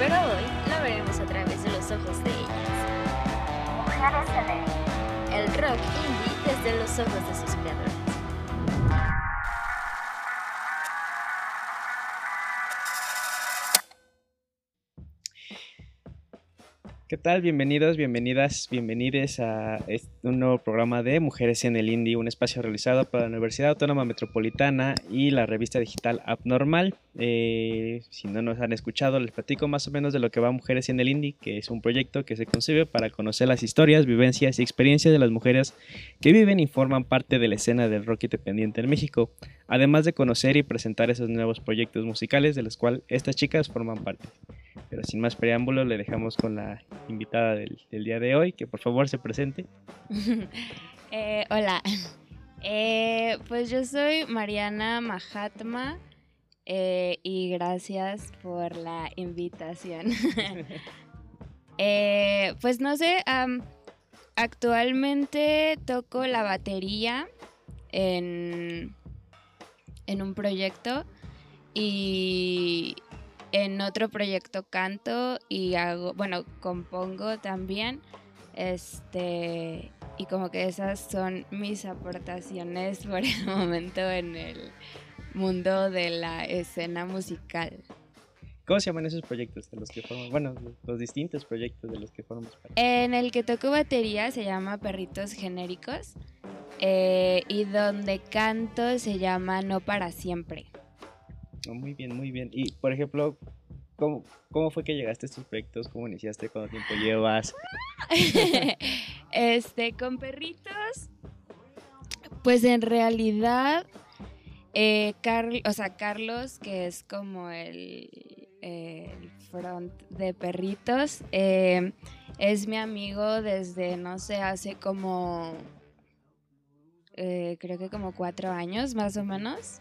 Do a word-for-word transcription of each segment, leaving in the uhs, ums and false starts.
pero hoy la veremos a través de los ojos de ellas. Mujeres en el El rock indie desde los ojos de sus creadores. ¿Qué tal? Bienvenidos, bienvenidas, bienvenides a este, un nuevo programa de Mujeres en el Indie, un espacio realizado por la Universidad Autónoma Metropolitana y la revista digital Abnormal. Eh, si no nos han escuchado, les platico más o menos de lo que va Mujeres en el Indie, que es un proyecto que se concibe para conocer las historias, vivencias y experiencias de las mujeres que viven y forman parte de la escena del rock independiente en México, además de conocer y presentar esos nuevos proyectos musicales de los cuales estas chicas forman parte. Pero sin más preámbulo, le dejamos con la invitada del, del día de hoy, que por favor se presente. eh, hola, eh, pues yo soy Mariana Mahatma eh, y gracias por la invitación. eh, pues no sé, um, actualmente toco la batería en, en un proyecto y... En otro proyecto canto y hago, bueno, compongo también, este, y como que esas son mis aportaciones por el momento en el mundo de la escena musical. ¿Cómo se llaman esos proyectos de los que forman, bueno, los distintos proyectos de los que formamos parte? En el que toco batería se llama Perritos Genéricos eh, y donde canto se llama No Para Siempre. Oh, muy bien, muy bien. Y, por ejemplo, ¿cómo, ¿cómo fue que llegaste a estos proyectos? ¿Cómo iniciaste? ¿Cuánto tiempo llevas? este, con Perritos, pues en realidad, eh, Carl, o sea, Carlos, que es como el, eh, el front de Perritos, eh, es mi amigo desde, no sé, hace como, eh, creo que como cuatro años más o menos.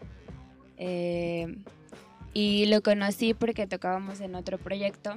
Eh, y lo conocí porque tocábamos en otro proyecto,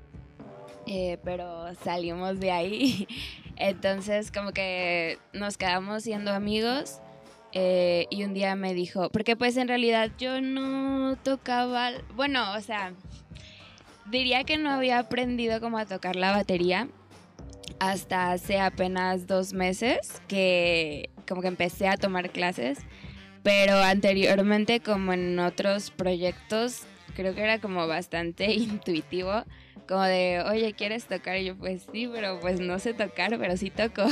eh, pero salimos de ahí. Entonces como que nos quedamos siendo amigos eh, y un día me dijo, porque pues en realidad yo no tocaba, bueno, o sea, diría que no había aprendido como a tocar la batería hasta hace apenas dos meses que como que empecé a tomar clases. Pero anteriormente, como en otros proyectos, creo que era como bastante intuitivo, como de, oye, ¿quieres tocar? Y yo, pues sí, pero pues no sé tocar, pero sí toco.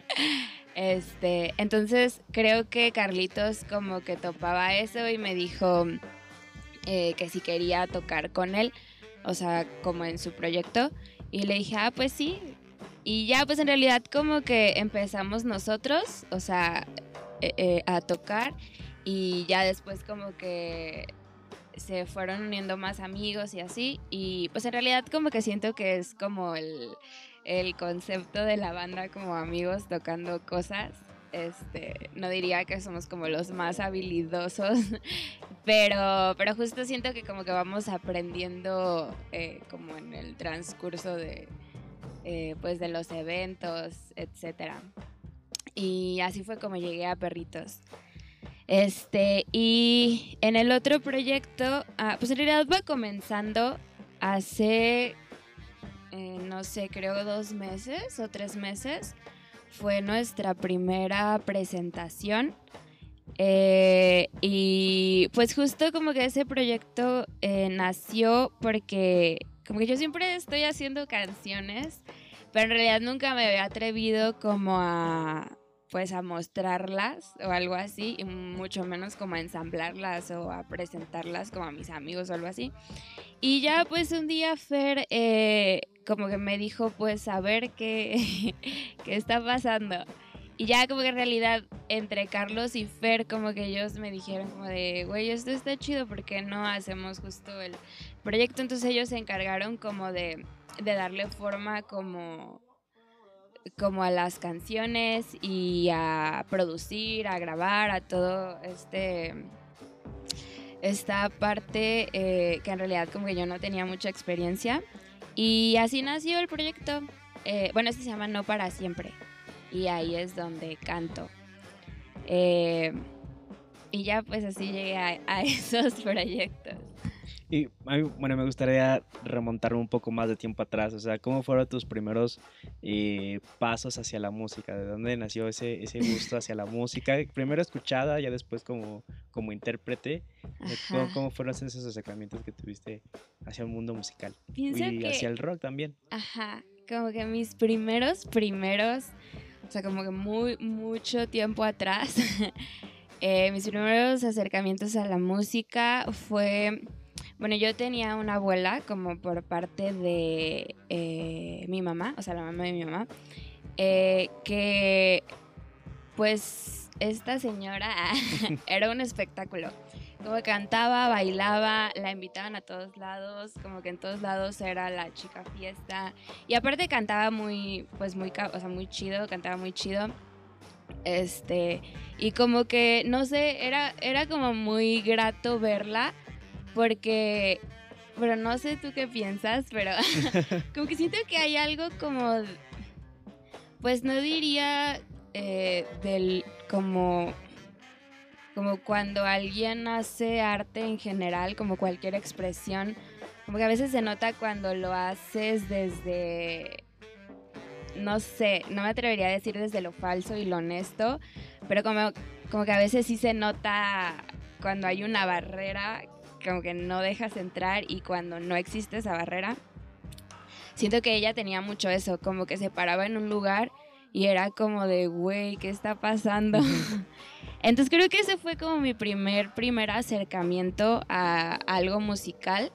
este, entonces creo que Carlitos como que topaba eso y me dijo eh, que si quería tocar con él, o sea, como en su proyecto. Y le dije, ah, pues sí. Y ya, pues en realidad como que empezamos nosotros, o sea, eh, eh, a tocar. Y ya después como que se fueron uniendo más amigos y así. Y pues en realidad como que siento que es como el, el concepto de la banda, como amigos tocando cosas. Este, no diría que somos como los más habilidosos, pero, pero justo siento que como que vamos aprendiendo eh, como en el transcurso de, eh, pues de los eventos, etcétera. Y así fue como llegué a Perritos. Este, y en el otro proyecto, ah, pues en realidad va comenzando hace, eh, no sé, creo dos meses o tres meses. Fue nuestra primera presentación. Eh, y pues justo como que ese proyecto eh, nació porque como que yo siempre estoy haciendo canciones, pero en realidad nunca me había atrevido como a... pues a mostrarlas o algo así, y mucho menos como a ensamblarlas o a presentarlas como a mis amigos o algo así. Y ya pues un día Fer eh, como que me dijo pues a ver qué, qué está pasando. Y ya como que en realidad entre Carlos y Fer como que ellos me dijeron como de, güey, esto está chido, ¿por qué no hacemos justo el proyecto? Entonces ellos se encargaron como de, de darle forma como... como a las canciones y a producir, a grabar, a todo este esta parte eh, que en realidad como que yo no tenía mucha experiencia. Y así nació el proyecto. Eh, bueno, este se llama No Para Siempre y ahí es donde canto. Eh, y ya pues así llegué a, a esos proyectos. Y a mí, bueno, me gustaría remontarme un poco más de tiempo atrás, o sea, ¿cómo fueron tus primeros eh, pasos hacia la música? ¿De dónde nació ese, ese gusto hacia la música? Primero escuchada, ya después como, como intérprete. ¿Cómo, ¿Cómo fueron esos acercamientos que tuviste hacia el mundo musical? Pienso y que, hacia el rock también. Ajá, como que mis primeros, primeros, o sea, como que muy, mucho tiempo atrás, eh, mis primeros acercamientos a la música fue... Bueno, yo tenía una abuela como por parte de eh, mi mamá, o sea, la mamá de mi mamá, eh, que pues esta señora era un espectáculo. Como que cantaba, bailaba, la invitaban a todos lados, como que en todos lados era la chica fiesta. Y aparte cantaba muy, pues muy, o sea, muy chido, cantaba muy chido. Este, y como que, no sé, era, era como muy grato verla. Porque, pero no sé tú qué piensas, pero como que siento que hay algo como, pues no diría eh, del, como, como cuando alguien hace arte en general, como cualquier expresión, como que a veces se nota cuando lo haces desde, no sé, no me atrevería a decir desde lo falso y lo honesto, pero como, como que a veces sí se nota cuando hay una barrera como que no dejas entrar y cuando no existe esa barrera. Siento que ella tenía mucho eso, como que se paraba en un lugar y era como de, güey, ¿qué está pasando? Entonces creo que ese fue como mi primer, primer acercamiento a, a algo musical.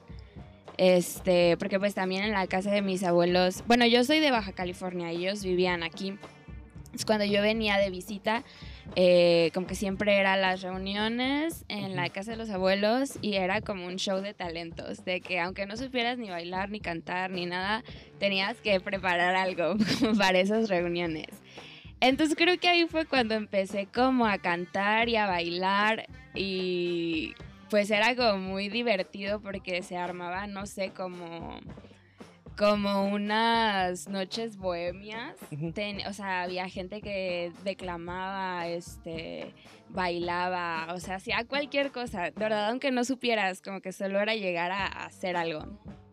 Este, porque pues también en la casa de mis abuelos, bueno, yo soy de Baja California, ellos vivían aquí. Entonces cuando yo venía de visita, Eh, como que siempre eran las reuniones en la casa de los abuelos y era como un show de talentos, de que aunque no supieras ni bailar, ni cantar, ni nada, tenías que preparar algo para esas reuniones. Entonces creo que ahí fue cuando empecé como a cantar y a bailar y pues era como muy divertido porque se armaba, no sé, como... como unas noches bohemias. Uh-huh. Ten, o sea, había gente que declamaba, este, bailaba, o sea, hacía cualquier cosa. De verdad, aunque no supieras, como que solo era llegar a, a hacer algo.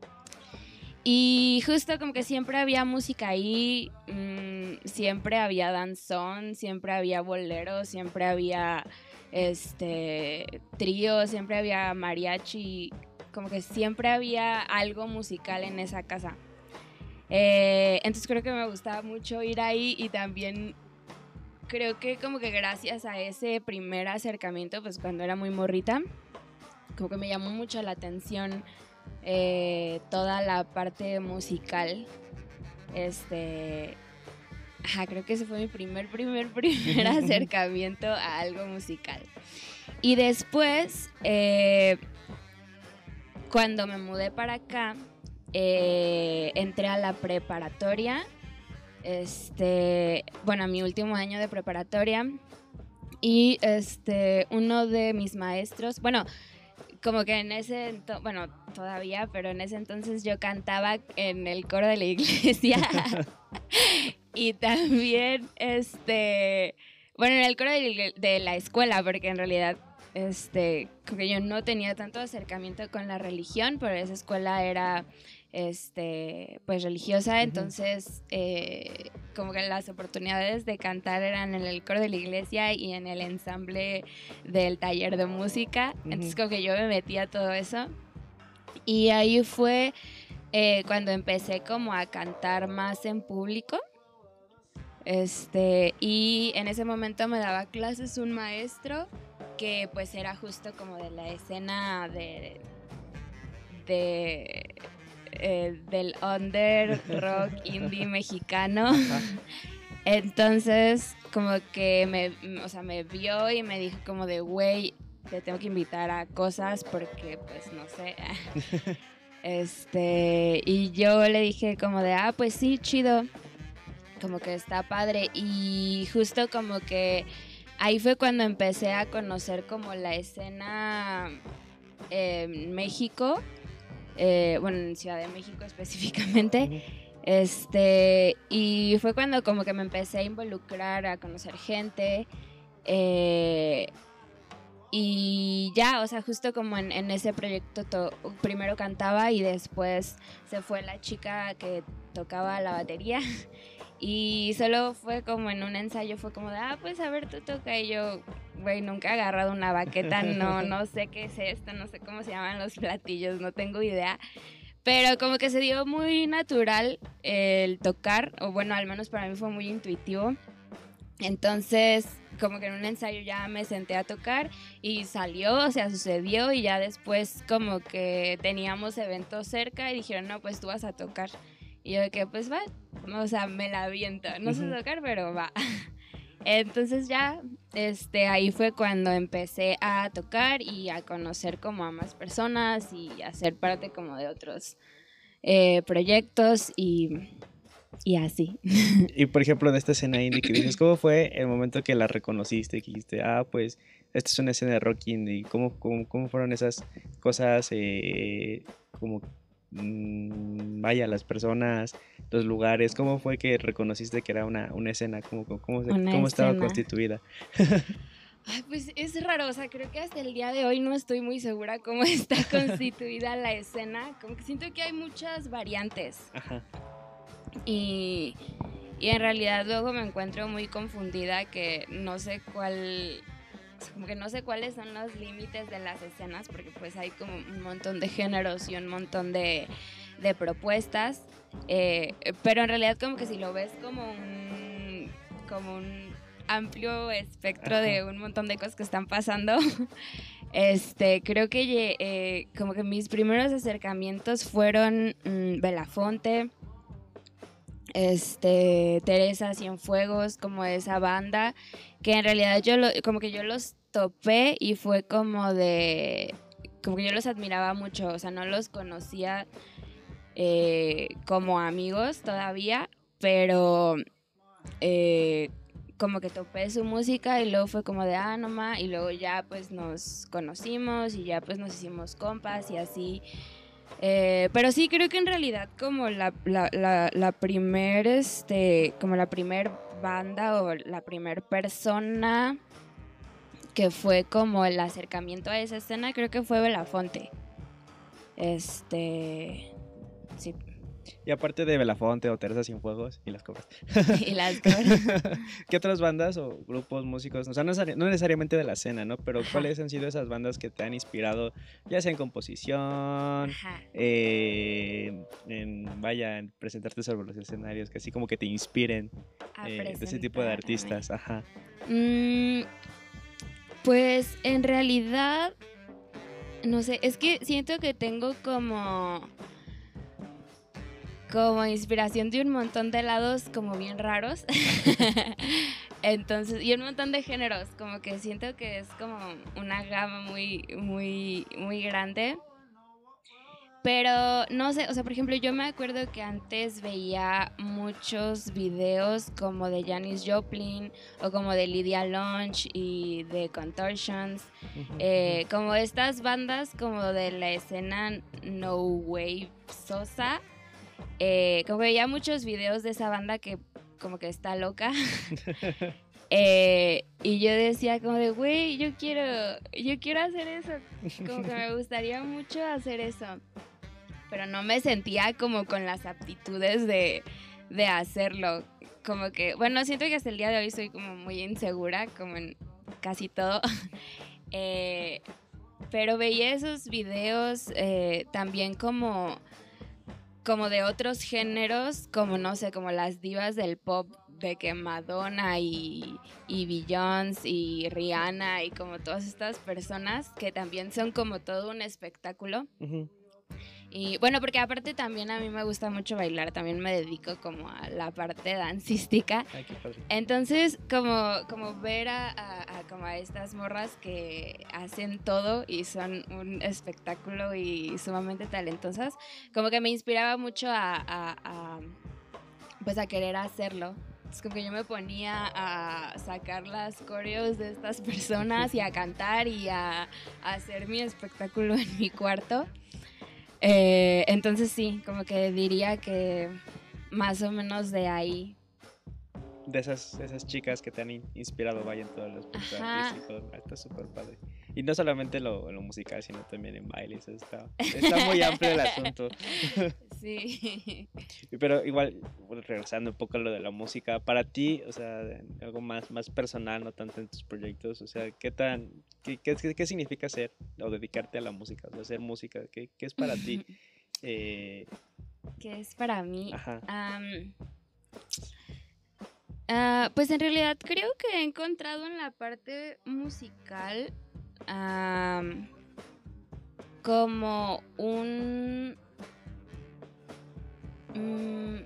Y justo como que siempre había música ahí, mmm, siempre había danzón, siempre había bolero, siempre había este trío, siempre había mariachi. Como que siempre había algo musical en esa casa. Eh, entonces creo que me gustaba mucho ir ahí y también creo que como que gracias a ese primer acercamiento, pues cuando era muy morrita, como que me llamó mucho la atención eh, toda la parte musical. Este, ajá, creo que ese fue mi primer, primer, primer acercamiento a algo musical. Y después... Eh, Cuando me mudé para acá, eh, entré a la preparatoria, este, bueno, a mi último año de preparatoria, y este, uno de mis maestros, bueno, como que en ese entonces, bueno, todavía, pero en ese entonces yo cantaba en el coro de la iglesia, y también, este, bueno, en el coro de, de la escuela, porque en realidad... Este, como que yo no tenía tanto acercamiento con la religión, pero esa escuela era este, pues religiosa, entonces eh, como que las oportunidades de cantar eran en el coro de la iglesia y en el ensamble del taller de música, uh-huh. Entonces como que yo me metí a todo eso y ahí fue eh, cuando empecé como a cantar más en público. Este, y en ese momento me daba clases un maestro que pues era justo como de la escena de, de eh, del under rock indie mexicano. Entonces como que me, o sea, me vio y me dijo como de, güey, te tengo que invitar a cosas porque pues no sé. Este, y yo le dije como de, ah, pues sí, chido, como que está padre. Y justo como que ahí fue cuando empecé a conocer como la escena eh, en México, eh, bueno, en Ciudad de México específicamente. Este, y fue cuando como que me empecé a involucrar, a conocer gente. Eh, Y ya, o sea, justo como en, en ese proyecto to- primero cantaba y después se fue la chica que tocaba la batería y solo fue como en un ensayo, fue como de, ah, pues a ver, tú toca. Y yo, güey, nunca he agarrado una baqueta, no, no sé qué es esto, no sé cómo se llaman los platillos, no tengo idea. Pero como que se dio muy natural el tocar, o bueno, al menos para mí fue muy intuitivo. Entonces, como que en un ensayo ya me senté a tocar y salió, o sea, sucedió, y ya después como que teníamos eventos cerca y dijeron, no, pues tú vas a tocar. Y yo de que, pues va, o sea, me la aviento, no sé tocar, pero va. Entonces ya, este, ahí fue cuando empecé a tocar y a conocer como a más personas y a ser parte como de otros eh, proyectos y, y así. Y por ejemplo, en esta escena indie que dices, ¿cómo fue el momento que la reconociste? Que dijiste, ah, pues, esta es una escena de rock indie. ¿Cómo, cómo, cómo fueron esas cosas, eh, como, mmm, vaya, las personas, los lugares? ¿Cómo fue que reconociste que era una, una escena? ¿Cómo, cómo, cómo, se- Una cómo estaba escena. constituida? Ay, pues es raro, o sea, creo que hasta el día de hoy no estoy muy segura cómo está constituida la escena. Como que siento que hay muchas variantes. Ajá. Y, y en realidad luego me encuentro muy confundida que no sé cuál, o sea, como que no sé cuáles son los límites de las escenas, porque pues hay como un montón de géneros y un montón de, de propuestas, eh, pero en realidad como que si lo ves como un, como un amplio espectro de un montón de cosas que están pasando, este, creo que eh, como que mis primeros acercamientos fueron mmm, Belafonte, este, Teresa Cienfuegos, como esa banda, que en realidad yo lo, como que yo los topé y fue como de, como que yo los admiraba mucho, o sea, no los conocía eh, como amigos todavía, pero eh, como que topé su música y luego fue como de, ah, no ma, y luego ya pues nos conocimos y ya pues nos hicimos compas y así. Eh, pero sí, creo que en realidad como la, la, la, la primer, este, como la primer banda o la primer persona que fue como el acercamiento a esa escena, creo que fue Belafonte. Este, sí. Y aparte de Belafonte o Teresa Cienfuegos y las cobras. Y las cobras. ¿Qué otras bandas o grupos, músicos? O sea, no, no necesariamente de la escena, ¿no? Pero Ajá. ¿cuáles han sido esas bandas que te han inspirado, ya sea en composición, Ajá. eh, en, vaya, en presentarte sobre los escenarios, que así como que te inspiren eh, de ese tipo de artistas? Ajá. Mm, pues en realidad, no sé, es que siento que tengo como... como inspiración de un montón de lados como bien raros. Entonces, y un montón de géneros, como que siento que es como una gama muy, muy, muy grande. Pero no sé, o sea, por ejemplo, yo me acuerdo que antes veía muchos videos como de Janis Joplin o como de Lydia Lunch y de Contortions, uh-huh, eh, uh-huh. Como estas bandas como de la escena no wave sosa. Eh, como que veía muchos videos de esa banda que como que está loca. eh, y yo decía como de, güey, yo quiero, yo quiero hacer eso. Como que me gustaría mucho hacer eso. Pero no me sentía como con las aptitudes de, de hacerlo. Como que, bueno, siento que hasta el día de hoy soy como muy insegura, como en casi todo. eh, pero veía esos videos eh, también como... como de otros géneros, como no sé, como las divas del pop, de que Madonna y, y Beyoncé y Rihanna y como todas estas personas que también son como todo un espectáculo. Uh-huh. Y bueno, porque aparte también a mí me gusta mucho bailar, también me dedico como a la parte dancística. Ay, qué padre. Entonces, como, como ver a, a, a, como a estas morras que hacen todo y son un espectáculo y sumamente talentosas, como que me inspiraba mucho a, a, a pues a querer hacerlo. Es como que yo me ponía a sacar las coreos de estas personas y a cantar y a, a hacer mi espectáculo en mi cuarto. Eh, entonces sí, como que diría que más o menos de ahí. De esas, esas chicas que te han inspirado, vaya, en todo el aspecto artístico. Está súper padre. Y no solamente lo, lo musical, sino también en bailes. Está, está muy amplio el asunto. Sí. Pero igual, bueno, regresando un poco a lo de la música, para ti, o sea, algo más, más personal, no tanto en tus proyectos, o sea, ¿qué tan, qué, qué, qué significa ser o dedicarte a la música? O sea, hacer música, ¿qué, qué es para ti? Eh, ¿Qué es para mí? Ajá. Um, uh, pues en realidad creo que he encontrado en la parte musical um, como un... um,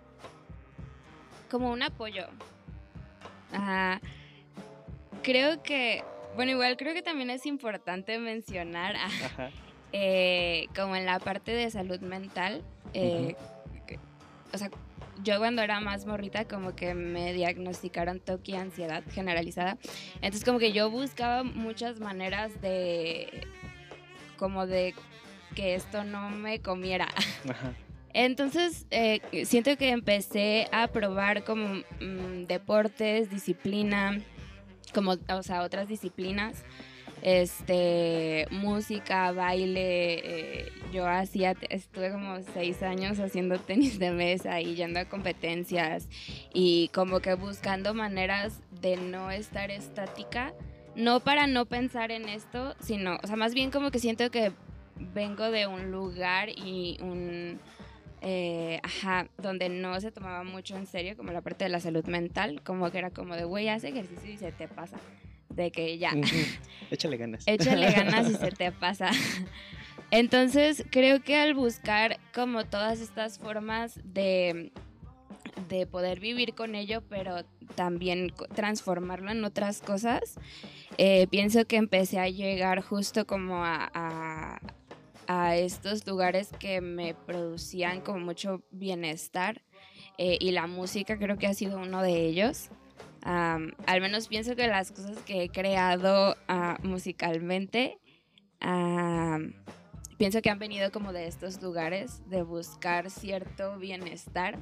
como un apoyo. Uh, creo que... Bueno, igual creo que también es importante mencionar... Ajá. Eh, como en la parte de salud mental, eh, uh-huh. que, o sea, yo cuando era más morrita como que me diagnosticaron T O C y ansiedad generalizada, entonces como que yo buscaba muchas maneras de, como de que esto no me comiera. Ajá. Entonces eh, siento que empecé a probar como mmm, deportes, disciplina, como, o sea, otras disciplinas. Este, música, baile, eh, yo hacía, estuve como seis años haciendo tenis de mesa y yendo a competencias y como que buscando maneras de no estar estática, no para no pensar en esto, sino, o sea, más bien como que siento que vengo de un lugar y un, eh, ajá, donde no se tomaba mucho en serio, como la parte de la salud mental, como que era como de, güey, haz ejercicio y se te pasa. De que ya. Échale ganas. Échale ganas y se te pasa. Entonces, creo que al buscar como todas estas formas de, de poder vivir con ello, pero también transformarlo en otras cosas, eh, pienso que empecé a llegar justo como a, a, a estos lugares que me producían como mucho bienestar, eh, y la música creo que ha sido uno de ellos. Um, al menos pienso que las cosas que he creado uh, musicalmente, uh, pienso que han venido como de estos lugares, de buscar cierto bienestar.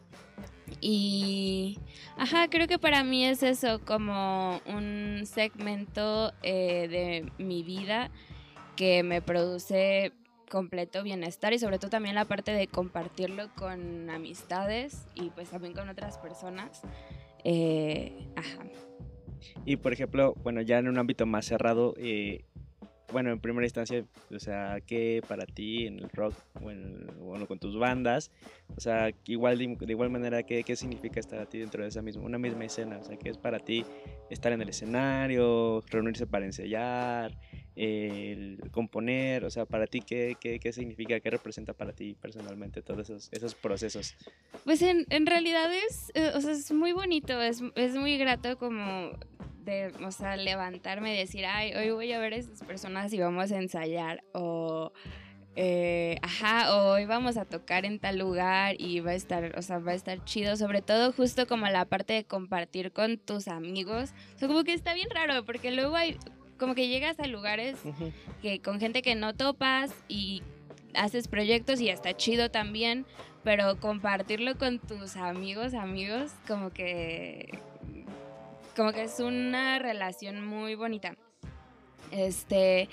Y, ajá, creo que para mí es eso, como un segmento eh, de mi vida que me produce completo bienestar y sobre todo también la parte de compartirlo con amistades y pues también con otras personas. Eh, ajá. Y por ejemplo, bueno, ya en un ámbito más cerrado, eh, bueno, en primera instancia, o sea, ¿qué para ti en el rock o en, bueno, con tus bandas? O sea, igual de, de igual manera, ¿qué, ¿qué significa estar a ti dentro de esa misma, una misma escena? O sea, ¿qué es para ti estar en el escenario, reunirse para ensayar, eh, el componer? O sea, para ti, ¿qué, qué, qué significa, qué representa para ti personalmente todos esos, esos procesos? Pues en, en realidad es, eh, o sea, es muy bonito, es, es muy grato como... de, o sea, levantarme y decir, ay, hoy voy a ver a estas personas y vamos a ensayar, o eh, ajá, o hoy vamos a tocar en tal lugar y va a estar, o sea, va a estar chido, sobre todo justo como la parte de compartir con tus amigos, o sea, como que está bien raro, porque luego hay, como que llegas a lugares uh-huh. que con gente que no topas y haces proyectos y está chido también, pero compartirlo con tus amigos, amigos, como que... como que es una relación muy bonita. Este,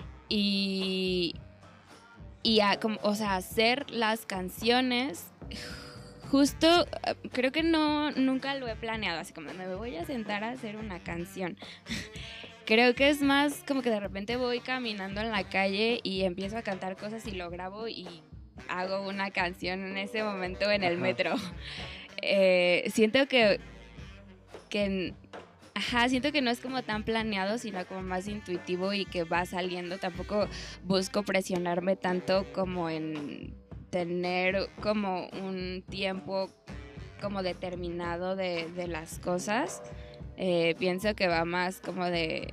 y, y a, como, o sea, hacer las canciones, justo, creo que no, nunca lo he planeado, así como me voy a sentar a hacer una canción. Creo que es más como que de repente voy caminando en la calle y empiezo a cantar cosas y lo grabo y hago una canción en ese momento en el Ajá. metro. Eh, siento que que ajá, siento que no es como tan planeado, sino como más intuitivo y que va saliendo. Tampoco busco presionarme tanto como en tener como un tiempo como determinado de, de las cosas. Eh, pienso que va más como de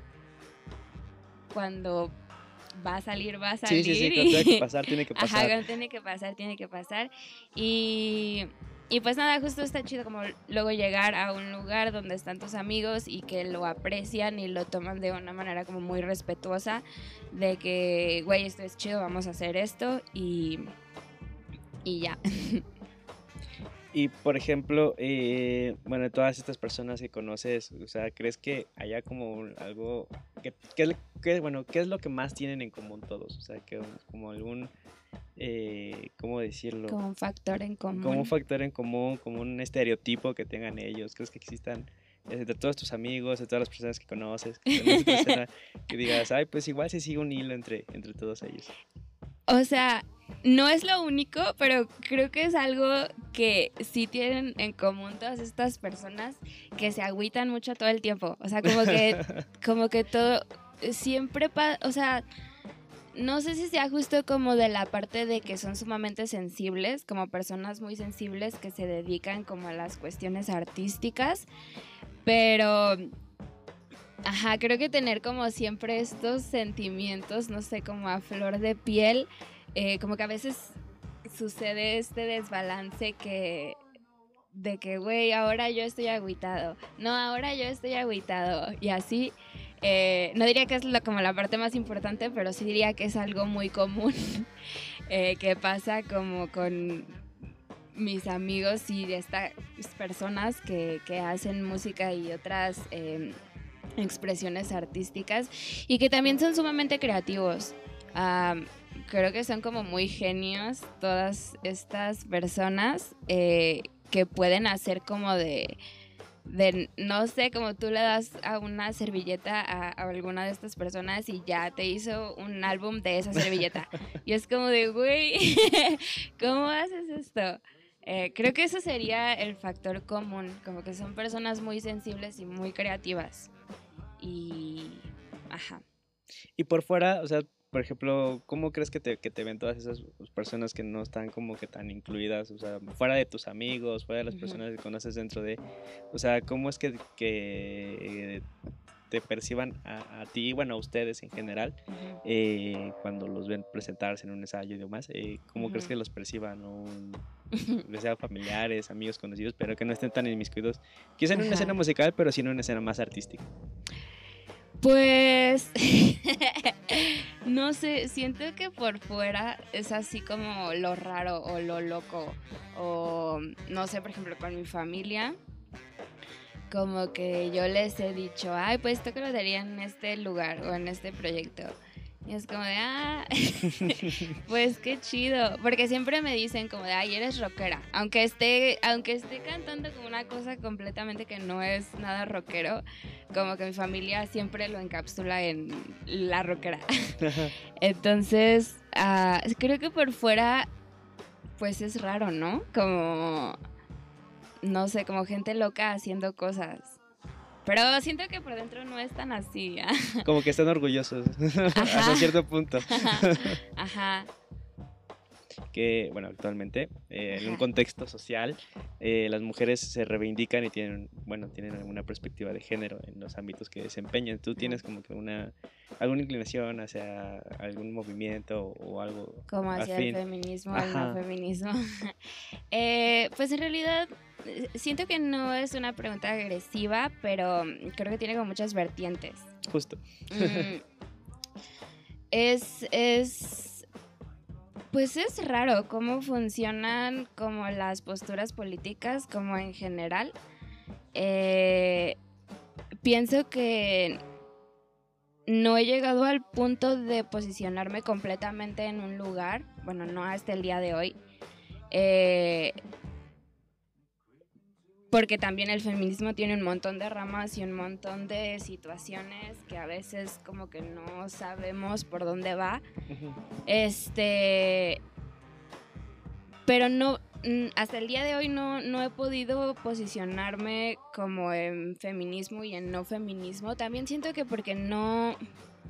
cuando va a salir, va a salir. Sí, sí, sí, y... cuando tiene que pasar, tiene que pasar. Ajá, cuando tiene que pasar, tiene que pasar. Y... Y pues nada, justo está chido como luego llegar a un lugar donde están tus amigos y que lo aprecian y lo toman de una manera como muy respetuosa, de que, güey, esto es chido, vamos a hacer esto y, y ya. Y por ejemplo, eh, bueno, todas estas personas que conoces, o sea, ¿crees que haya como un- algo, que, que, que, bueno, qué es lo que más tienen en común todos? O sea, que como algún, eh, ¿cómo decirlo? Como un factor en común. Como un factor en común, como un estereotipo que tengan ellos. ¿Crees que existan entre todos tus amigos, de todas las personas que conoces, que, conoces persona, que digas, ay, pues igual se sigue un hilo entre, entre todos ellos? O sea, no es lo único, pero creo que es algo que sí tienen en común todas estas personas que se agüitan mucho todo el tiempo. O sea, como que, como que todo, siempre, pa- o sea, no sé si sea justo como de la parte de que son sumamente sensibles, como personas muy sensibles que se dedican como a las cuestiones artísticas, pero... Ajá, creo que tener como siempre estos sentimientos, no sé, como a flor de piel, eh, como que a veces sucede este desbalance que de que, güey, ahora yo estoy agüitado, no, ahora yo estoy agüitado, y así, eh, no diría que es lo, como la parte más importante, pero sí diría que es algo muy común eh, que pasa como con mis amigos y de estas personas que, que hacen música y otras... Eh, expresiones artísticas y que también son sumamente creativos. Um, creo que son como muy genios todas estas personas eh, que pueden hacer como de, de, no sé, como tú le das a una servilleta a, a alguna de estas personas y ya te hizo un álbum de esa servilleta. Y es como de, güey, ¿cómo haces esto? Eh, creo que eso sería el factor común, como que son personas muy sensibles y muy creativas. Y... ajá. Y por fuera, o sea, por ejemplo, ¿cómo crees que te, que te ven todas esas personas que no están como que tan incluidas? O sea, fuera de tus amigos, fuera de las Ujú. personas que conoces dentro de... O sea, ¿cómo es que, que te perciban a, a ti, bueno, a ustedes en general, Ujú. eh, cuando los ven presentarse en un ensayo y demás? Eh, ¿Cómo crees Ujú. que los perciban? ¿No? Ya sea familiares, amigos, conocidos, pero que no estén tan inmiscuidos. Quizá en una Ajá. escena musical, pero sí en una escena más artística. Pues no sé, siento que por fuera es así como lo raro o lo loco o no sé, por ejemplo, con mi familia como que yo les he dicho, ay, pues esto que lo daría en este lugar o en este proyecto. Y es como de, ah, pues qué chido. Porque siempre me dicen como de, ay, eres rockera. Aunque esté, aunque esté cantando como una cosa completamente que no es nada rockero, como que mi familia siempre lo encapsula en la rockera. Entonces, uh, creo que por fuera, pues es raro, ¿no? Como, no sé, como gente loca haciendo cosas. Pero siento que por dentro no es tan así. ¿eh? Como que están orgullosos hasta cierto punto. Ajá. Que, bueno, actualmente, eh, en un Ajá. contexto social, eh, las mujeres se reivindican y tienen, bueno, tienen alguna perspectiva de género en los ámbitos que desempeñan. ¿Tú tienes como que una, alguna inclinación hacia algún movimiento o, o algo Como hacia afín? el feminismo, Ajá. el no feminismo. eh, pues en realidad siento que no es una pregunta agresiva, pero creo que tiene como muchas vertientes. Justo. Mm, es, es, pues es raro cómo funcionan como las posturas políticas, como en general. Eh, pienso que no he llegado al punto de posicionarme completamente en un lugar, bueno, no hasta el día de hoy. Eh, Porque también el feminismo tiene un montón de ramas y un montón de situaciones que a veces como que no sabemos por dónde va. Ujú. Este, pero no, hasta el día de hoy no, no he podido posicionarme como en feminismo y en no feminismo. También siento que porque no...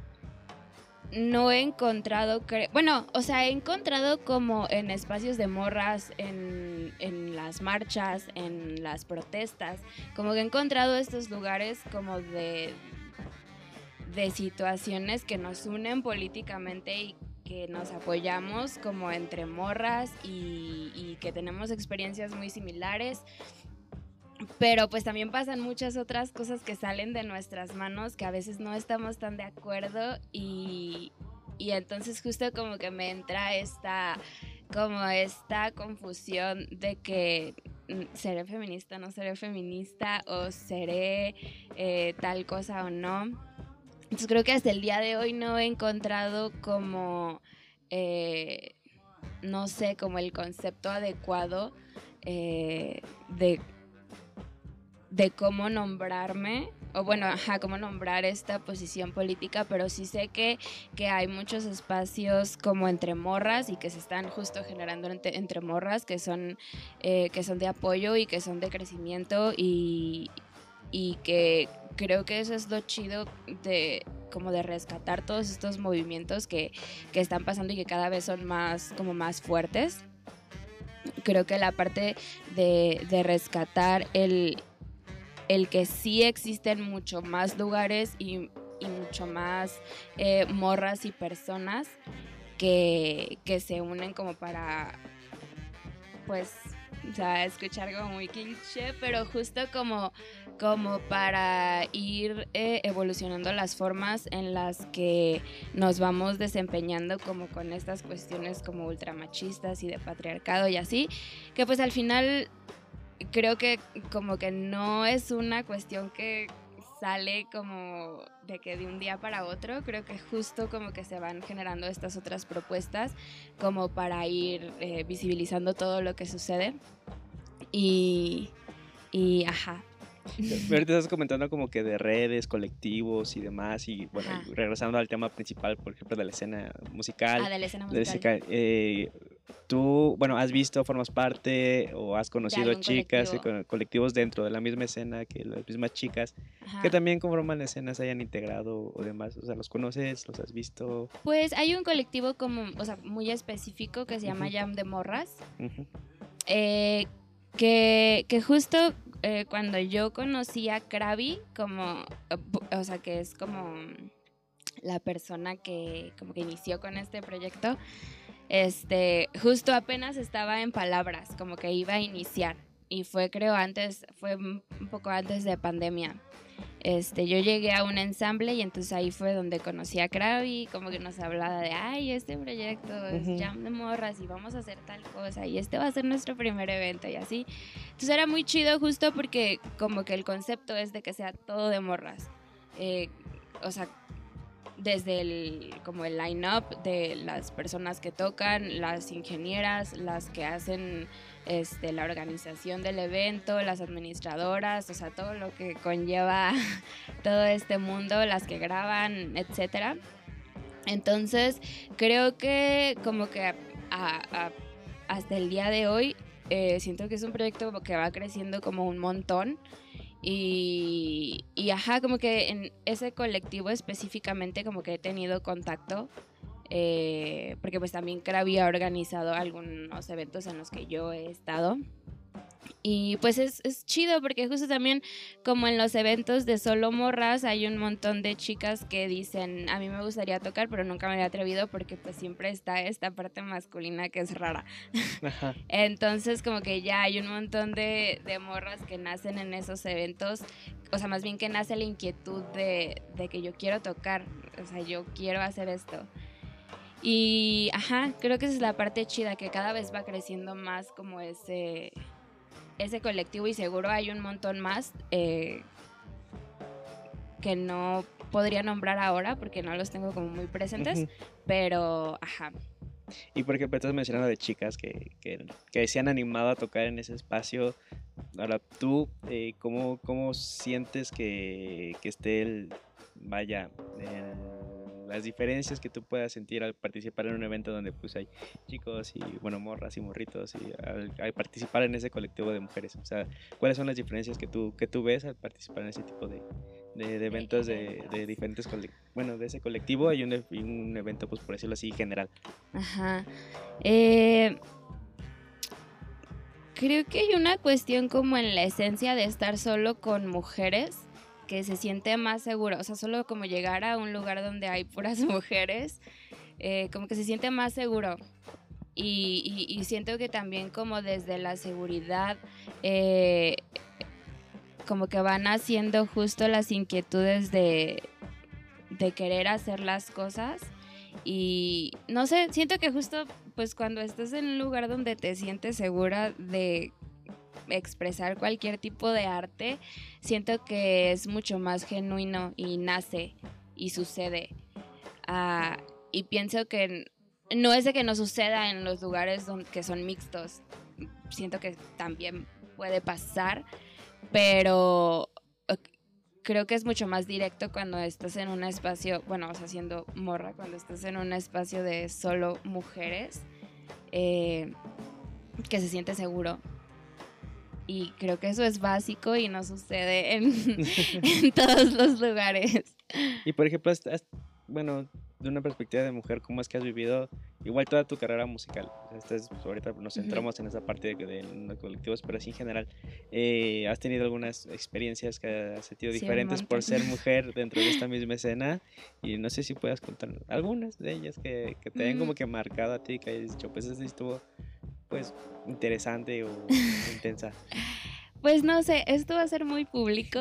No he encontrado, cre- bueno, o sea, he encontrado como en espacios de morras, en, en las marchas, en las protestas, como que he encontrado estos lugares como de, de situaciones que nos unen políticamente y que nos apoyamos como entre morras y, y que tenemos experiencias muy similares. Pero pues también pasan muchas otras cosas que salen de nuestras manos que a veces no estamos tan de acuerdo y, y entonces justo como que me entra esta, como esta confusión de que seré feminista, no seré feminista, o seré eh, tal cosa o no. Entonces creo que hasta el día de hoy no he encontrado como, eh, no sé, como el concepto adecuado eh, de, de cómo nombrarme, o bueno, ajá, cómo nombrar esta posición política, pero sí sé que, que hay muchos espacios como entre morras y que se están justo generando entre, entre morras que son, eh, que son de apoyo y que son de crecimiento y, y que creo que eso es lo chido de como de rescatar todos estos movimientos que, que están pasando y que cada vez son más como más fuertes. Creo que la parte de, de rescatar el el que sí existen mucho más lugares y, y mucho más eh, morras y personas que, que se unen como para, pues, o sea, escuchar como muy cliché, pero justo como, como para ir eh, evolucionando las formas en las que nos vamos desempeñando como con estas cuestiones como ultramachistas y de patriarcado y así, que pues al final creo que como que no es una cuestión que sale como de que de un día para otro. Creo que justo como que se van generando estas otras propuestas como para ir eh, visibilizando todo lo que sucede y, y ajá. Ahorita estás comentando como que de redes, colectivos y demás, y bueno, Ajá. y regresando al tema principal, por ejemplo, de la escena musical. Ah, de la escena de la musical. escena, eh, tú, bueno, has visto, formas parte o has conocido algún chicas, y colectivo. con- colectivos dentro de la misma escena, que las mismas chicas Ajá. que también conforman escenas hayan integrado o demás, o sea, ¿los conoces? ¿Los has visto? Pues hay un colectivo como, o sea, muy específico que se llama Ujú. Jam de Morras, Ujú. eh, que, que justo eh, cuando yo conocí a Krabi, como, o sea, que es como la persona que como que inició con este proyecto, este, justo apenas estaba en palabras, como que iba a iniciar, y fue creo antes, fue un poco antes de pandemia. Este, yo llegué a un ensamble y entonces ahí fue donde conocí a Krabi, como que nos hablaba de, ay, este proyecto es Ujú. Jam de Morras y vamos a hacer tal cosa y este va a ser nuestro primer evento y así. Entonces era muy chido justo porque como que el concepto es de que sea todo de morras. Eh, o sea, desde el, como el line-up de las personas que tocan, las ingenieras, las que hacen este, la organización del evento, las administradoras, o sea, todo lo que conlleva todo este mundo, las que graban, etcétera. Entonces, creo que como que a, a, hasta el día de hoy eh, siento que es un proyecto que va creciendo como un montón. Y, y ajá, como que en ese colectivo específicamente como que he tenido contacto, eh, porque pues también Krabi ha organizado algunos eventos en los que yo he estado. Y pues es, es chido porque justo también como en los eventos de solo morras hay un montón de chicas que dicen a mí me gustaría tocar pero nunca me había atrevido porque pues siempre está esta parte masculina que es rara. Ajá. Entonces como que ya hay un montón de, de morras que nacen en esos eventos, o sea más bien que nace la inquietud de, de que yo quiero tocar, o sea yo quiero hacer esto. Y ajá, creo que esa es la parte chida, que cada vez va creciendo más como ese... ese colectivo y seguro hay un montón más eh, que no podría nombrar ahora porque no los tengo como muy presentes, Ujú. pero ajá. Y por ejemplo, estás mencionando de chicas que, que, que se han animado a tocar en ese espacio. Ahora, tú, eh, ¿cómo, ¿cómo sientes que, que esté el, vaya, eh, las diferencias que tú puedas sentir al participar en un evento donde pues hay chicos y, bueno, morras y morritos y al, al participar en ese colectivo de mujeres? O sea, ¿cuáles son las diferencias que tú, que tú ves al participar en ese tipo de, de, de eventos de, de diferentes colectivos? Bueno, de ese colectivo hay un, y un evento, pues por decirlo así, general. Ajá. Eh, creo que hay una cuestión como en la esencia de estar solo con mujeres que se siente más seguro, o sea, solo como llegar a un lugar donde hay puras mujeres, eh, como que se siente más seguro. Y, y, y siento que también como desde la seguridad, eh, como que van haciendo justo las inquietudes de, de querer hacer las cosas. Y no sé, siento que justo pues cuando estás en un lugar donde te sientes segura de expresar cualquier tipo de arte, siento que es mucho más genuino y nace y sucede. Uh, y pienso que no es de que no suceda en los lugares donde, que son mixtos. Siento que también puede pasar, pero creo que es mucho más directo cuando estás en un espacio, bueno, o sea, siendo morra, cuando estás en un espacio de solo mujeres, eh, que se siente seguro. Y creo que eso es básico y no sucede en, en todos los lugares. Y por ejemplo, has, has, bueno, de una perspectiva de mujer, ¿cómo es que has vivido igual toda tu carrera musical? O sea, estás, ahorita nos centramos uh-huh. en esa parte de, de, de los colectivos, pero así en general, eh, ¿has tenido algunas experiencias que has sentido sí, diferentes por ser mujer dentro de esta misma escena? Y no sé si puedas contar algunas de ellas que, que te hayan uh-huh. como que marcado a ti, que hayas dicho, pues eso estuvo pues interesante o intensa. Pues no sé, esto va a ser muy público.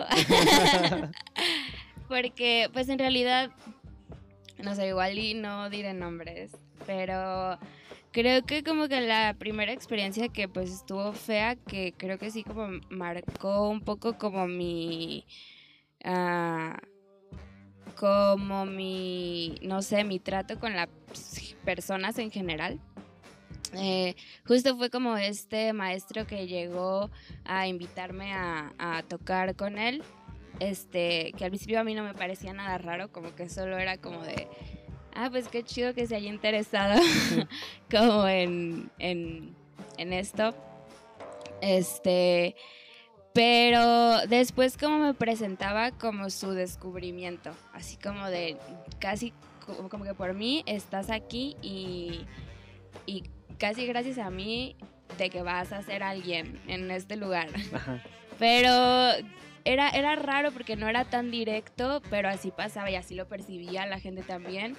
Porque pues en realidad, no sé, igual y no diré nombres, pero creo que como que la primera experiencia que pues estuvo fea, que creo que sí como marcó un poco como mi, uh, como mi, no sé, mi trato con las personas en general. Eh, justo fue como este maestro que llegó a invitarme a, a tocar con él. Este, que al principio a mí no me parecía nada raro, como que solo era como de, ah, pues qué chido que se haya interesado como en, en, en esto. Este, pero después como me presentaba como su descubrimiento, así como de, casi como, como que por mí estás aquí y, y casi gracias a mí de que vas a ser alguien en este lugar. Ajá. Pero Era, era raro porque no era tan directo, pero así pasaba y así lo percibía la gente también.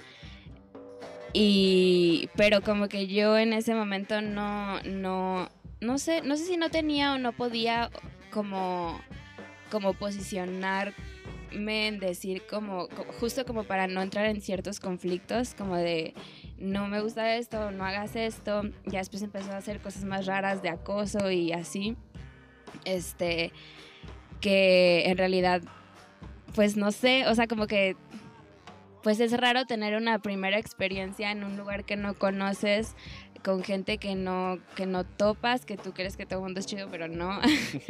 Y, pero como que yo en ese momento no, no, no sé, no sé si no tenía o no podía como, como posicionarme en decir como, como, justo como para no entrar en ciertos conflictos, como de no me gusta esto, no hagas esto. Ya después empezó a hacer cosas más raras de acoso y así. Este... que en realidad, pues no sé, o sea, como que, pues es raro tener una primera experiencia en un lugar que no conoces, con gente que no, que no topas, que tú crees que todo el mundo es chido, pero no.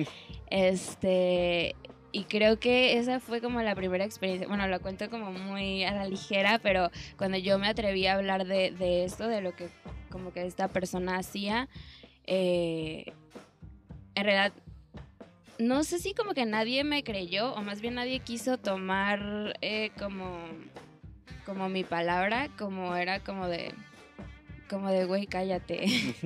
este, y creo que esa fue como la primera experiencia, bueno, lo cuento como muy a la ligera, pero cuando yo me atreví a hablar de, de esto, de lo que como que esta persona hacía, eh, en realidad, no sé si como que nadie me creyó o más bien nadie quiso tomar eh, como, como mi palabra, como era como de, como de güey, cállate.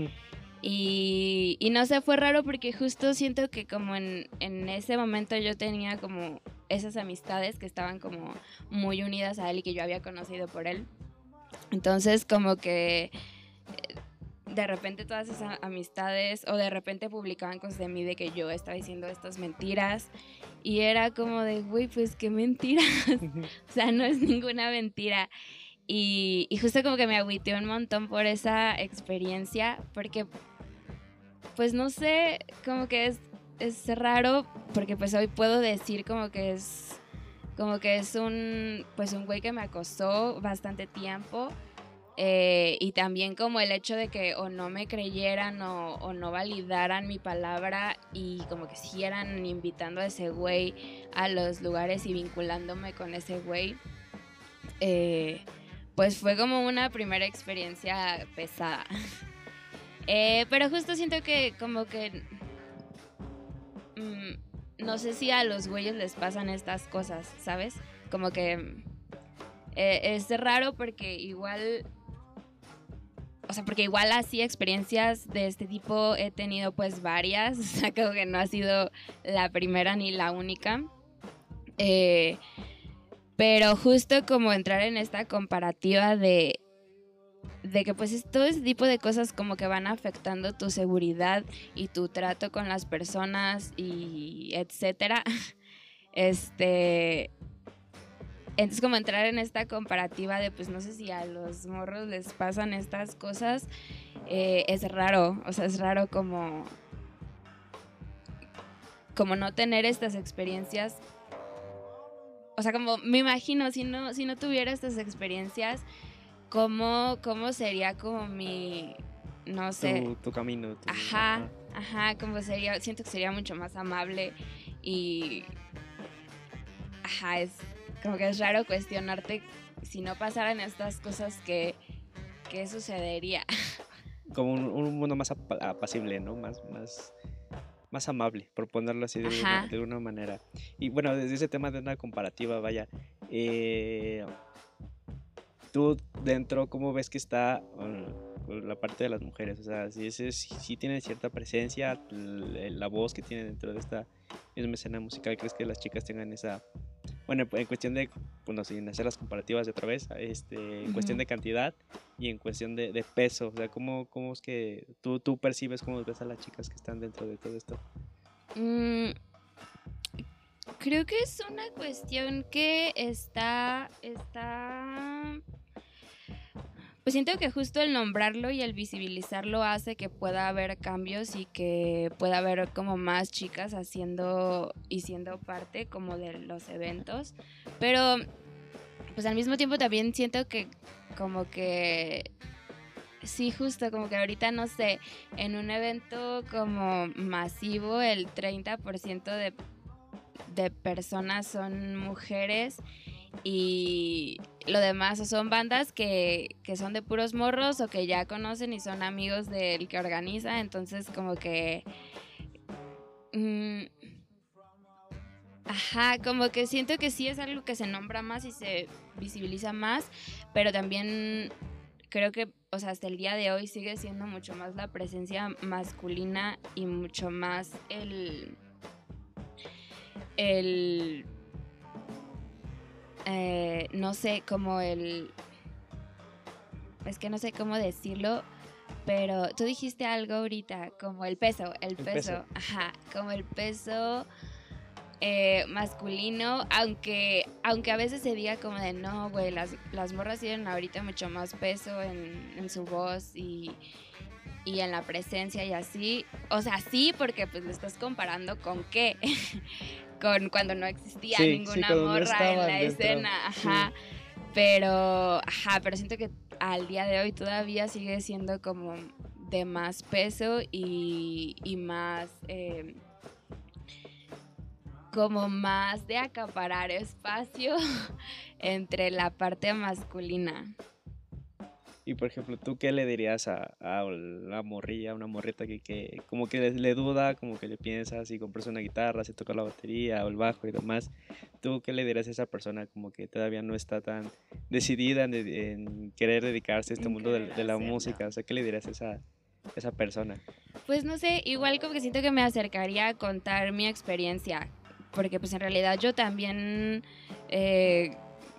y, y no sé, fue raro porque justo siento que como en, en ese momento yo tenía como esas amistades que estaban como muy unidas a él y que yo había conocido por él. Entonces como que... Eh, de repente todas esas amistades o de repente publicaban cosas de mí de que yo estaba diciendo estas mentiras y era como de, güey, pues qué mentiras, o sea, no es ninguna mentira y, y justo como que me agüité un montón por esa experiencia porque pues no sé, como que es, es raro porque pues hoy puedo decir como que es como que es un pues un güey que me acosó bastante tiempo. Eh, y también como el hecho de que o no me creyeran o, o no validaran mi palabra y como que siguieran invitando a ese güey a los lugares y vinculándome con ese güey, eh, pues fue como una primera experiencia pesada. eh, pero justo siento que como que mmm, no sé si a los güeyes les pasan estas cosas, ¿sabes? Como que eh, es raro porque igual... O sea, porque igual así experiencias de este tipo he tenido pues varias, o sea, creo que no ha sido la primera ni la única. Eh, pero justo como entrar en esta comparativa de, de que pues todo ese tipo de cosas como que van afectando tu seguridad y tu trato con las personas y etcétera. Este... Entonces como entrar en esta comparativa de pues no sé si a los morros les pasan estas cosas, eh, es raro, o sea, es raro como, como no tener estas experiencias, o sea, como me imagino, si no, si no tuviera estas experiencias, ¿cómo, cómo sería como mi, no sé? Tu, tu camino. Tu, ajá, ajá, ajá, como sería, siento que sería mucho más amable y, ajá, es como que es raro cuestionarte si no pasaran estas cosas, que, ¿qué sucedería? Como un, un mundo más ap- apacible, ¿no? Más, más, más amable, por ponerlo así de alguna, de alguna manera. Y bueno, desde ese tema de una comparativa, vaya, eh, tú dentro, ¿cómo ves que está uh, la parte de las mujeres? O sea, si, ese, si, si tienen cierta presencia, la, la voz que tienen dentro de esta misma escena musical, ¿crees que las chicas tengan esa... Bueno, en cuestión de, bueno, sin hacer las comparativas de otra vez, este, en uh-huh. cuestión de cantidad y en cuestión de, de peso, o sea, ¿cómo, cómo es que tú, tú percibes, cómo ves a las chicas que están dentro de todo esto? Mm, creo que es una cuestión que está, está... Pues siento que justo el nombrarlo y el visibilizarlo hace que pueda haber cambios y que pueda haber como más chicas haciendo y siendo parte como de los eventos. Pero pues al mismo tiempo también siento que como que sí, justo como que ahorita, no sé, en un evento como masivo el treinta por ciento de, de personas son mujeres. Y lo demás son bandas que, que son de puros morros o que ya conocen y son amigos del que organiza, entonces como que mmm, ajá, como que siento que sí es algo que se nombra más y se visibiliza más, pero también creo que, o sea, hasta el día de hoy sigue siendo mucho más la presencia masculina y mucho más el el Eh, no sé, como el... Es que no sé cómo decirlo, pero tú dijiste algo ahorita, como el peso, el, el peso, peso, ajá, como el peso eh, masculino, aunque aunque a veces se diga como de no, güey, las, las morras tienen ahorita mucho más peso en, en su voz y, y en la presencia y así, o sea, sí, porque pues lo estás comparando con qué... con cuando no existía sí, ninguna sí, morra no en la dentro. escena, ajá, sí. pero, ajá, pero siento que al día de hoy todavía sigue siendo como de más peso y, y más, eh, como más de acaparar espacio entre la parte masculina. Y por ejemplo, ¿tú qué le dirías a, a la morrilla, a una morrita que, que como que le, le duda, como que le piensa si compras una guitarra, si toca la batería o el bajo y demás? ¿Tú qué le dirías a esa persona como que todavía no está tan decidida en, en querer dedicarse a este en mundo de, de la música? O sea, ¿qué le dirías a esa, a esa persona? Pues no sé, igual como que siento que me acercaría a contar mi experiencia, porque pues en realidad yo también eh,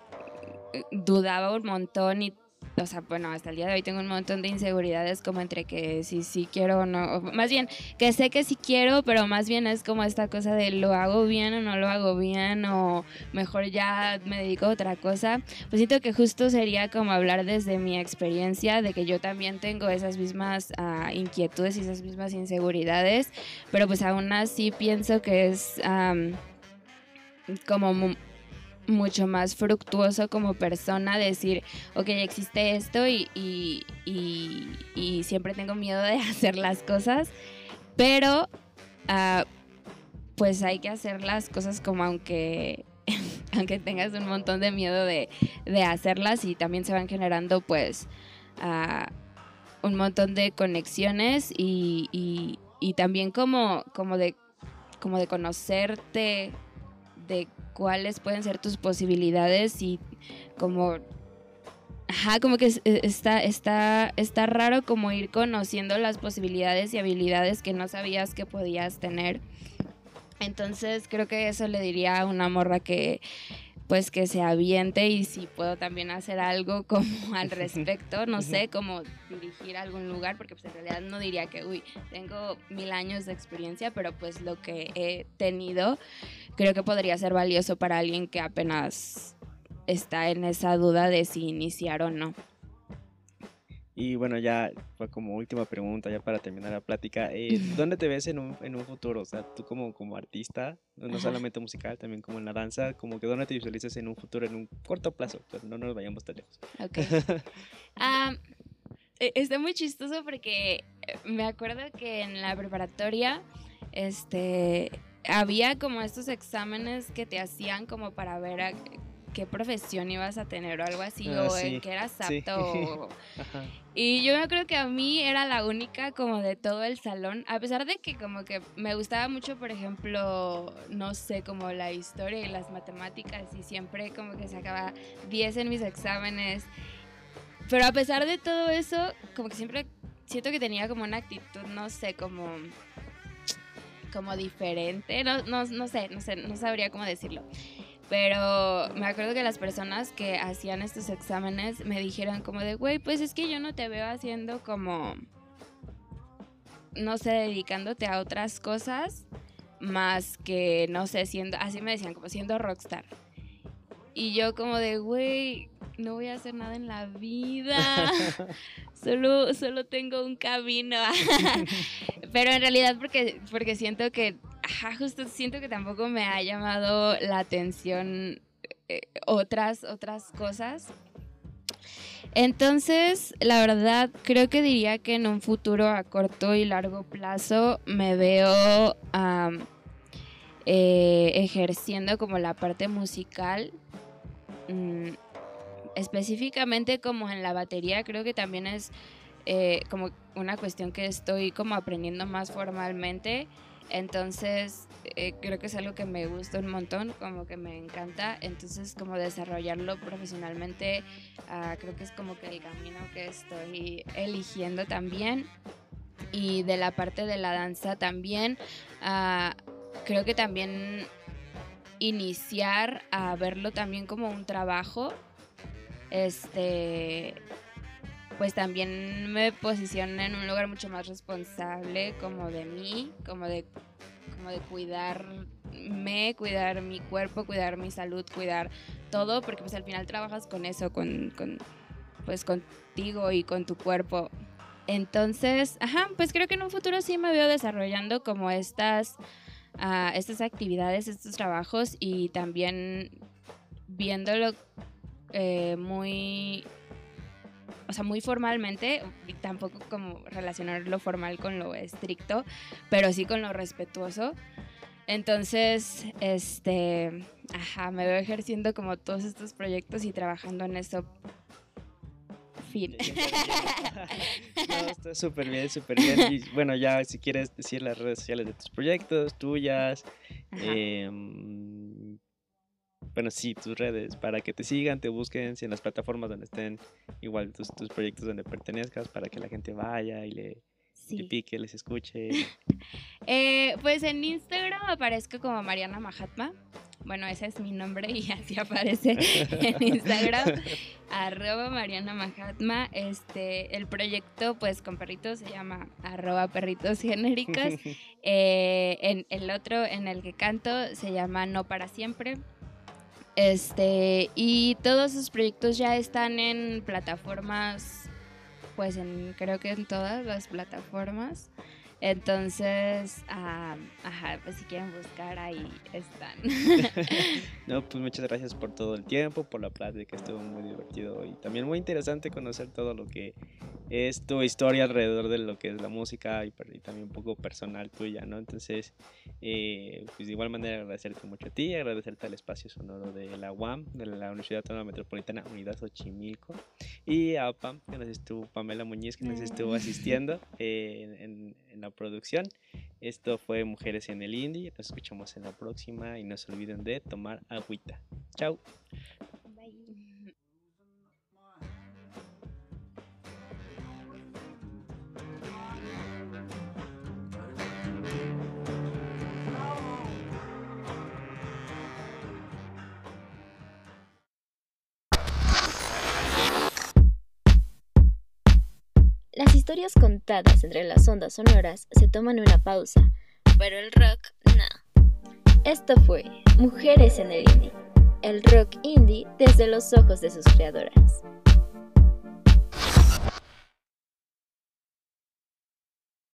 dudaba un montón y o sea, bueno, hasta el día de hoy tengo un montón de inseguridades como entre que sí, sí quiero o no, o más bien que sé que sí quiero, pero más bien es como esta cosa de lo hago bien o no lo hago bien o mejor ya me dedico a otra cosa. Pues siento que justo sería como hablar desde mi experiencia de que yo también tengo esas mismas uh, inquietudes y esas mismas inseguridades, pero pues aún así pienso que es um, como... Mu- mucho más fructuoso como persona decir, ok, existe esto y, y, y, y siempre tengo miedo de hacer las cosas, pero uh, pues hay que hacer las cosas como aunque, aunque tengas un montón de miedo de, de hacerlas y también se van generando pues uh, un montón de conexiones y, y, y también como, como, de, como de conocerte, de cuáles pueden ser tus posibilidades y como ajá, como que está, está, está raro como ir conociendo las posibilidades y habilidades que no sabías que podías tener. Entonces creo que eso le diría a una morra que pues que se aviente y si puedo también hacer algo como al respecto, no sé, como dirigir a algún lugar, porque pues en realidad no diría que, uy, tengo mil años de experiencia, pero pues lo que he tenido creo que podría ser valioso para alguien que apenas está en esa duda de si iniciar o no. Y bueno, ya fue como última pregunta, ya para terminar la plática. Eh, ¿dónde te ves en un, en un futuro? O sea, tú como, como artista, no Ajá. solamente musical, también como en la danza, como que ¿dónde te visualizas en un futuro, en un corto plazo? Pero no nos vayamos tan lejos. Ok. Ah, e- está muy chistoso porque eh, me acuerdo que en la preparatoria, este, había como estos exámenes que te hacían como para ver a qué profesión ibas a tener o algo así, Ah, o en sí, qué eras sí. apto. o- Ajá. Y yo me acuerdo que a mí era la única como de todo el salón, a pesar de que como que me gustaba mucho, por ejemplo, no sé, como la historia y las matemáticas y siempre como que sacaba diez en mis exámenes. Pero a pesar de todo eso, como que siempre siento que tenía como una actitud, no sé, como, como diferente, no, no, no sé, no sé, no sabría cómo decirlo. Pero me acuerdo que las personas que hacían estos exámenes me dijeron como de, güey, pues es que yo no te veo haciendo como, no sé, dedicándote a otras cosas más que, no sé, siendo, así me decían, como siendo rockstar. Y yo como de, güey, no voy a hacer nada en la vida, solo, solo tengo un camino. Pero en realidad porque, porque siento que, ajá, justo siento que tampoco me ha llamado la atención eh, otras, otras cosas. Entonces, la verdad, creo que diría que en un futuro a corto y largo plazo me veo um, eh, ejerciendo como la parte musical. Mm, específicamente como en la batería, creo que también es eh, como una cuestión que estoy como aprendiendo más formalmente. Entonces eh, creo que es algo que me gusta un montón, como que me encanta. Entonces como desarrollarlo profesionalmente uh, creo que es como que el camino que estoy eligiendo también. Y de la parte de la danza también uh, creo que también iniciar a verlo también como un trabajo, este, pues también me posiciona en un lugar mucho más responsable como de mí, como de, como de cuidarme, cuidar mi cuerpo, cuidar mi salud, cuidar todo, porque pues al final trabajas con eso, con, con pues contigo y con tu cuerpo. Entonces, ajá, pues creo que en un futuro sí me veo desarrollando como estas Uh, estas actividades, estos trabajos y también viéndolo eh, muy, o sea, muy formalmente, y tampoco como relacionar lo formal con lo estricto, pero sí con lo respetuoso. Entonces, este, ajá, me veo ejerciendo como todos estos proyectos y trabajando en eso. Fin. No, está súper bien, súper bien. Y bueno, ya si quieres decir las redes sociales de tus proyectos, tuyas, eh, bueno, sí, tus redes, para que te sigan, te busquen, si en las plataformas donde estén igual tus, tus proyectos donde pertenezcas, para que la gente vaya y le, sí. le pique, les escuche. eh, pues en Instagram aparezco como Mariana Mahatma. Bueno, ese es mi nombre y así aparece en Instagram, arroba Mariana Mahatma. Este, el proyecto, pues, con perritos se llama arroba perritos genéricos. Eh, en el otro, en el que canto, se llama No Para Siempre. Este, y todos sus proyectos ya están en plataformas, pues, en, creo que en todas las plataformas. Entonces, uh, ajá, pues si quieren buscar, ahí están. No, pues muchas gracias por todo el tiempo, por la plática, estuvo muy divertido y también muy interesante conocer todo lo que es tu historia alrededor de lo que es la música y, y también un poco personal tuya, ¿no? Entonces, eh, pues de igual manera agradecerte mucho a ti, agradecerte al espacio sonoro de la U A M, de la Universidad Autónoma Metropolitana Unidad Xochimilco, y a Pam, que nos estuvo, Pamela Muñiz, que nos estuvo asistiendo eh, en, en la producción. Esto fue Mujeres en el Indie. Nos escuchamos en la próxima y no se olviden de tomar agüita. Chao. Bye. Las historias contadas entre las ondas sonoras se toman una pausa, pero el rock no. Esto fue Mujeres en el Indie, el rock indie desde los ojos de sus creadoras.